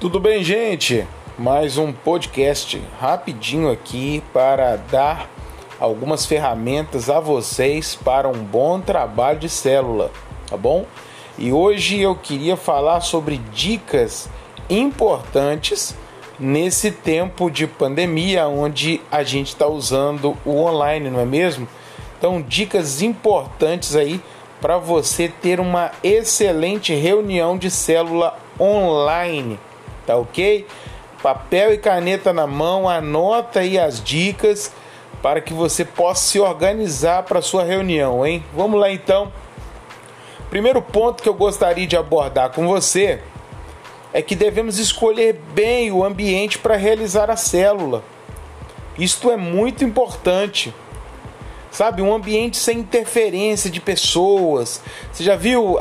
Tudo bem, gente? Mais um podcast rapidinho aqui para dar algumas ferramentas a vocês para um bom trabalho de célula, tá bom? E hoje eu queria falar sobre dicas importantes nesse tempo de pandemia, onde a gente está usando o online, não é mesmo? Então, dicas importantes aí para você ter uma excelente reunião de célula online, tá ok? Papel e caneta na mão, anota aí as dicas para que você possa se organizar para a sua reunião, hein? Vamos lá então. Primeiro ponto que eu gostaria de abordar com você é que devemos escolher bem o ambiente para realizar a célula. Isto é muito importante. Sabe, um ambiente sem interferência de pessoas. Você já viu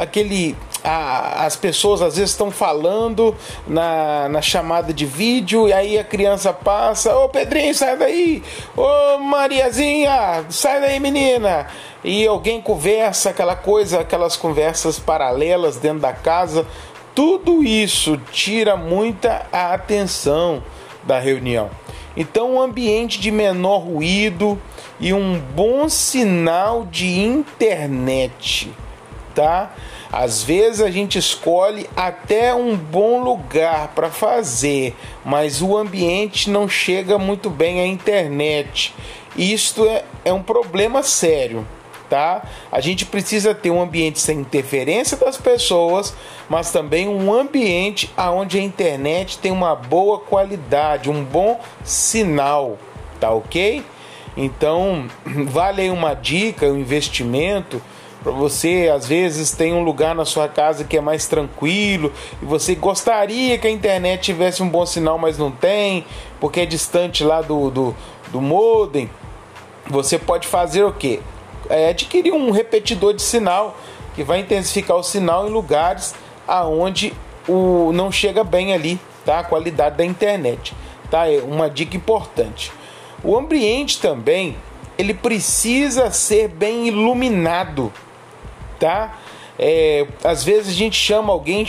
as pessoas às vezes estão falando na chamada de vídeo e aí a criança passa: ô Pedrinho, sai daí! Ô Mariazinha, sai daí, menina! E alguém conversa, aquelas conversas paralelas dentro da casa. Tudo isso tira muita atenção da reunião. Então, um ambiente de menor ruído e um bom sinal de internet, tá? Às vezes a gente escolhe até um bom lugar para fazer, mas o ambiente não chega muito bem à internet. Isto é um problema sério, tá? A gente precisa ter um ambiente sem interferência das pessoas, mas também um ambiente onde a internet tem uma boa qualidade, um bom sinal, tá ok? Então, vale aí uma dica, um investimento para você. Às vezes tem um lugar na sua casa que é mais tranquilo e você gostaria que a internet tivesse um bom sinal, mas não tem, porque é distante lá do modem. Você pode fazer o quê? Adquirir um repetidor de sinal que vai intensificar o sinal em lugares aonde não chega bem ali, tá? A qualidade da internet, tá? É uma dica importante. O ambiente também, ele precisa ser bem iluminado, tá? Às vezes a gente chama alguém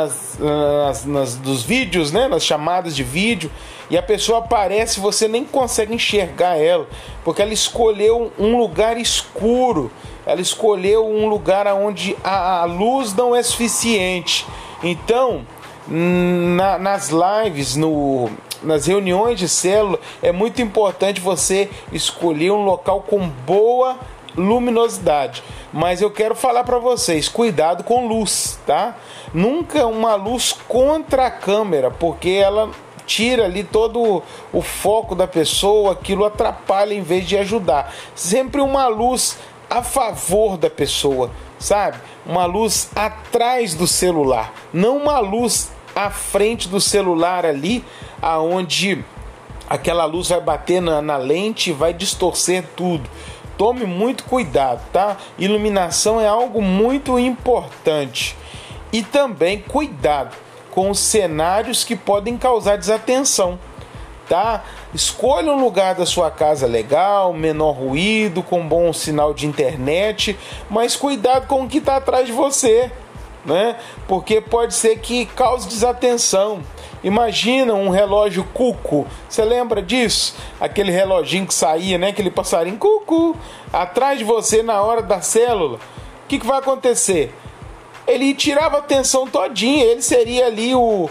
dos vídeos, né? Nas chamadas de vídeo, e a pessoa aparece e você nem consegue enxergar ela, porque ela escolheu um lugar escuro, ela escolheu um lugar onde a luz não é suficiente. Então, nas lives, nas reuniões de célula, é muito importante você escolher um local com boa luminosidade. Mas eu quero falar para vocês, cuidado com luz, tá? Nunca uma luz contra a câmera, porque ela tira ali todo o foco da pessoa, aquilo atrapalha em vez de ajudar. Sempre uma luz a favor da pessoa, sabe? Uma luz atrás do celular, não uma luz à frente do celular ali, aonde aquela luz vai bater na lente e vai distorcer tudo. Tome muito cuidado, tá? Iluminação é algo muito importante. E também cuidado com os cenários que podem causar desatenção, tá? Escolha um lugar da sua casa legal, menor ruído, com bom sinal de internet, mas cuidado com o que está atrás de você, né? Porque pode ser que cause desatenção. Imagina um relógio cuco, você lembra disso? Aquele reloginho que saía, né? Aquele passarinho cucu atrás de você na hora da célula. O que vai acontecer? Ele tirava a atenção todinha, ele seria ali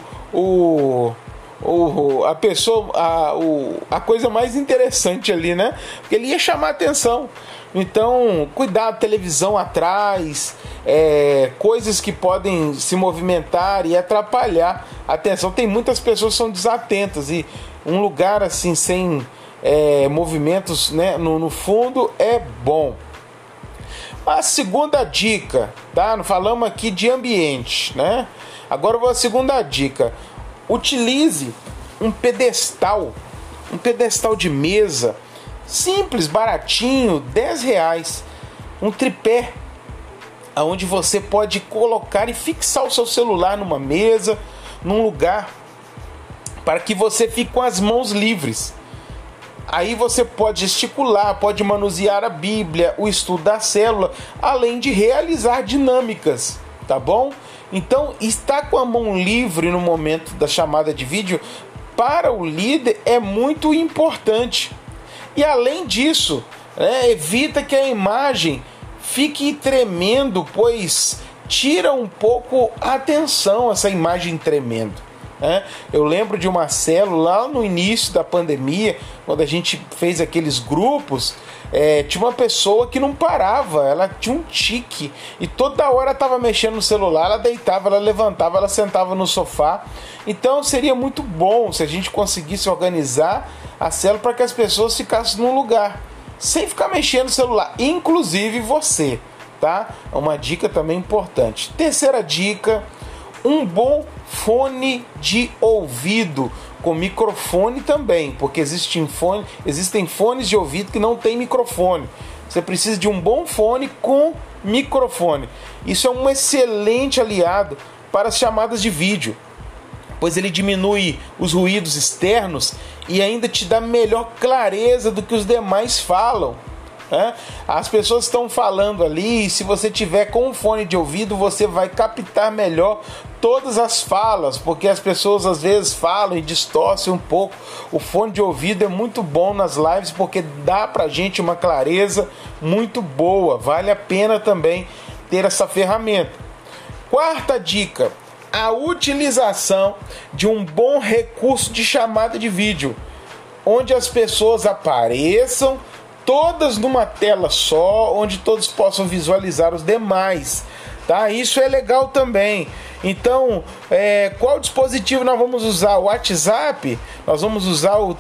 a pessoa, a coisa mais interessante ali, né? Porque ele ia chamar a atenção. Então, cuidado, televisão atrás, coisas que podem se movimentar e atrapalhar a atenção. Tem muitas pessoas que são desatentas e um lugar assim sem movimentos, né, no fundo é bom. A segunda dica, tá? Falamos aqui de ambiente, né? Agora a segunda dica: utilize um pedestal de mesa simples, baratinho, R$10, um tripé, onde você pode colocar e fixar o seu celular numa mesa, num lugar, para que você fique com as mãos livres. Aí você pode gesticular, pode manusear a Bíblia, o estudo da célula, além de realizar dinâmicas, tá bom? Então, estar com a mão livre no momento da chamada de vídeo para o líder é muito importante. E além disso, evita que a imagem fique tremendo, pois tira um pouco a atenção essa imagem tremendo. Eu lembro de uma célula lá no início da pandemia, quando a gente fez aqueles grupos, tinha uma pessoa que não parava, ela tinha um tique e toda hora estava mexendo no celular, ela deitava, ela levantava, ela sentava no sofá. Então seria muito bom se a gente conseguisse organizar a célula para que as pessoas ficassem num lugar, sem ficar mexendo no celular, inclusive você, tá? É uma dica também importante. Terceira dica: um bom fone de ouvido, com microfone também, porque existem fones de ouvido que não tem microfone. Você precisa de um bom fone com microfone. Isso é um excelente aliado para as chamadas de vídeo, pois ele diminui os ruídos externos e ainda te dá melhor clareza do que os demais falam. As pessoas estão falando ali, e se você tiver com um fone de ouvido, você vai captar melhor todas as falas, porque as pessoas às vezes falam e distorcem um pouco. O fone de ouvido é muito bom nas lives, porque dá pra gente uma clareza muito boa. Vale a pena também ter essa ferramenta. Quarta dica: a utilização de um bom recurso de chamada de vídeo, onde as pessoas apareçam todas numa tela só, onde todos possam visualizar os demais, tá? Isso é legal também. Então, qual dispositivo nós vamos usar? O WhatsApp? Nós vamos usar o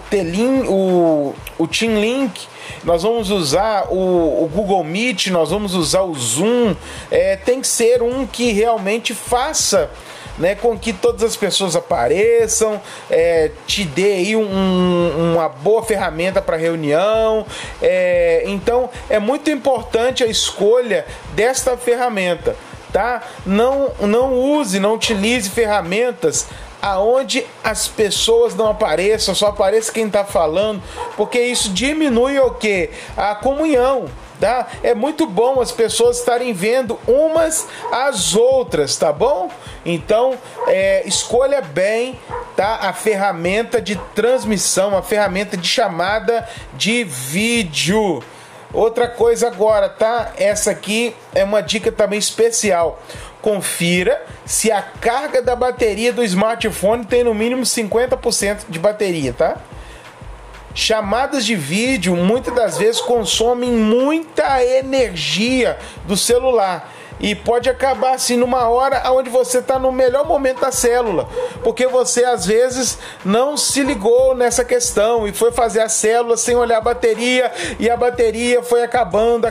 Team Link? Nós vamos usar o Google Meet? Nós vamos usar o Zoom? Tem que ser um que realmente faça, com que todas as pessoas apareçam, te dê aí uma boa ferramenta para reunião. Então é muito importante a escolha desta ferramenta, tá? Não utilize ferramentas aonde as pessoas não apareçam, só apareça quem está falando, porque isso diminui o quê? A comunhão. Tá? É muito bom as pessoas estarem vendo umas às outras, tá bom? Então, escolha bem, tá? A ferramenta de transmissão, a ferramenta de chamada de vídeo. Outra coisa agora, tá? Essa aqui é uma dica também especial. Confira se a carga da bateria do smartphone tem no mínimo 50% de bateria, tá? Chamadas de vídeo muitas das vezes consomem muita energia do celular e pode acabar assim numa hora onde você está no melhor momento da célula, porque você às vezes não se ligou nessa questão e foi fazer a célula sem olhar a bateria, e a bateria foi acabando,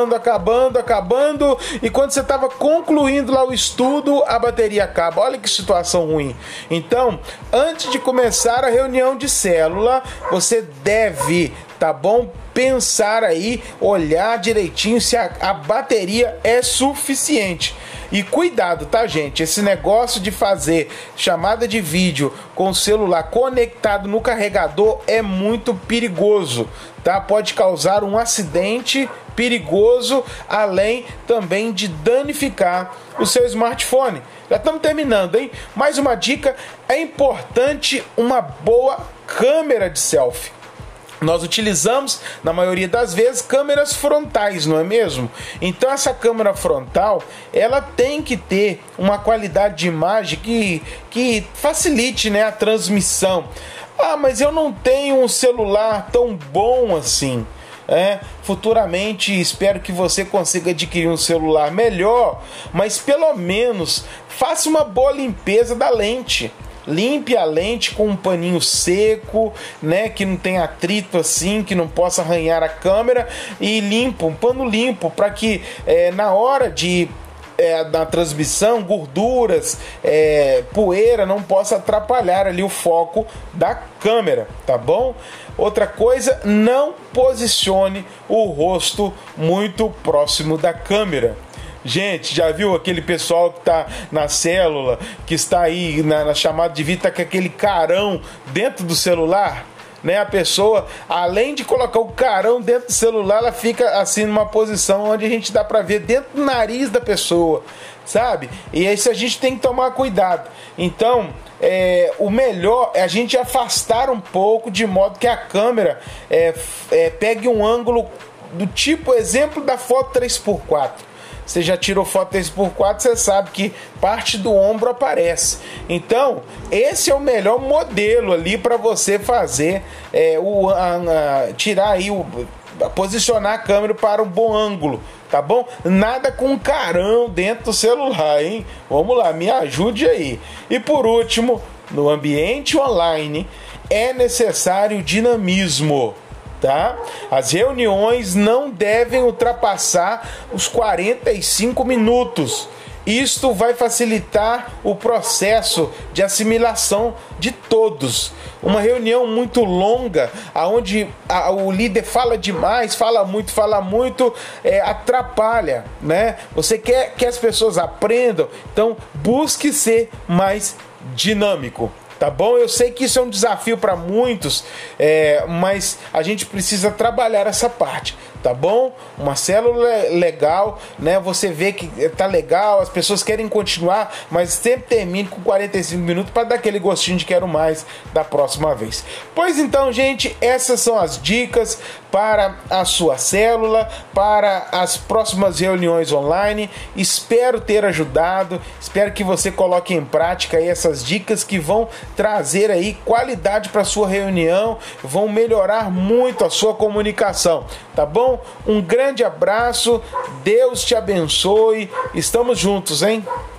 e quando você estava concluindo lá o estudo, a bateria acaba. Olha que situação ruim. Então, antes de começar a reunião de célula, você deve, tá bom, pensar aí, olhar direitinho se a bateria é suficiente. E cuidado, tá, gente? Esse negócio de fazer chamada de vídeo com o celular conectado no carregador é muito perigoso, tá? Pode causar um acidente perigoso, além também de danificar o seu smartphone. Já estamos terminando, hein? Mais uma dica: é importante uma boa câmera de selfie. Nós utilizamos, na maioria das vezes, câmeras frontais, não é mesmo? Então essa câmera frontal, ela tem que ter uma qualidade de imagem que facilite, a transmissão. Ah, mas eu não tenho um celular tão bom assim. Futuramente espero que você consiga adquirir um celular melhor, mas pelo menos faça uma boa limpeza da lente. Limpe a lente com um paninho seco, que não tenha atrito assim, que não possa arranhar a câmera, e limpa, um pano limpo, para que na hora da transmissão, gorduras, poeira não possa atrapalhar ali o foco da câmera, tá bom? Outra coisa, não posicione o rosto muito próximo da câmera. Gente, já viu aquele pessoal que está na célula, que está aí na chamada de vídeo, tá com aquele carão dentro do celular? né? A pessoa, além de colocar o carão dentro do celular, ela fica assim numa posição onde a gente dá para ver dentro do nariz da pessoa, sabe? E isso a gente tem que tomar cuidado. Então, o melhor é a gente afastar um pouco, de modo que a câmera pegue um ângulo do tipo, exemplo da foto 3x4. Você já tirou foto 3x4, você sabe que parte do ombro aparece. Então, esse é o melhor modelo ali para você fazer, tirar aí, posicionar a câmera para um bom ângulo, tá bom? Nada com carão dentro do celular, hein? Vamos lá, me ajude aí. E por último, no ambiente online é necessário dinamismo. Tá? As reuniões não devem ultrapassar os 45 minutos. Isto vai facilitar o processo de assimilação de todos. Uma reunião muito longa, onde o líder fala demais, fala muito, atrapalha, né? Você quer que as pessoas aprendam, então busque ser mais dinâmico. Tá bom? Eu sei que isso é um desafio para muitos, mas a gente precisa trabalhar essa parte, tá bom? Uma célula legal, né? Você vê que tá legal, as pessoas querem continuar, mas sempre termine com 45 minutos para dar aquele gostinho de quero mais da próxima vez. Pois então, gente, essas são as dicas para a sua célula, para as próximas reuniões online. Espero ter ajudado, espero que você coloque em prática aí essas dicas que vão trazer aí qualidade para sua reunião, vão melhorar muito a sua comunicação, tá bom? Um grande abraço, Deus te abençoe, estamos juntos, hein?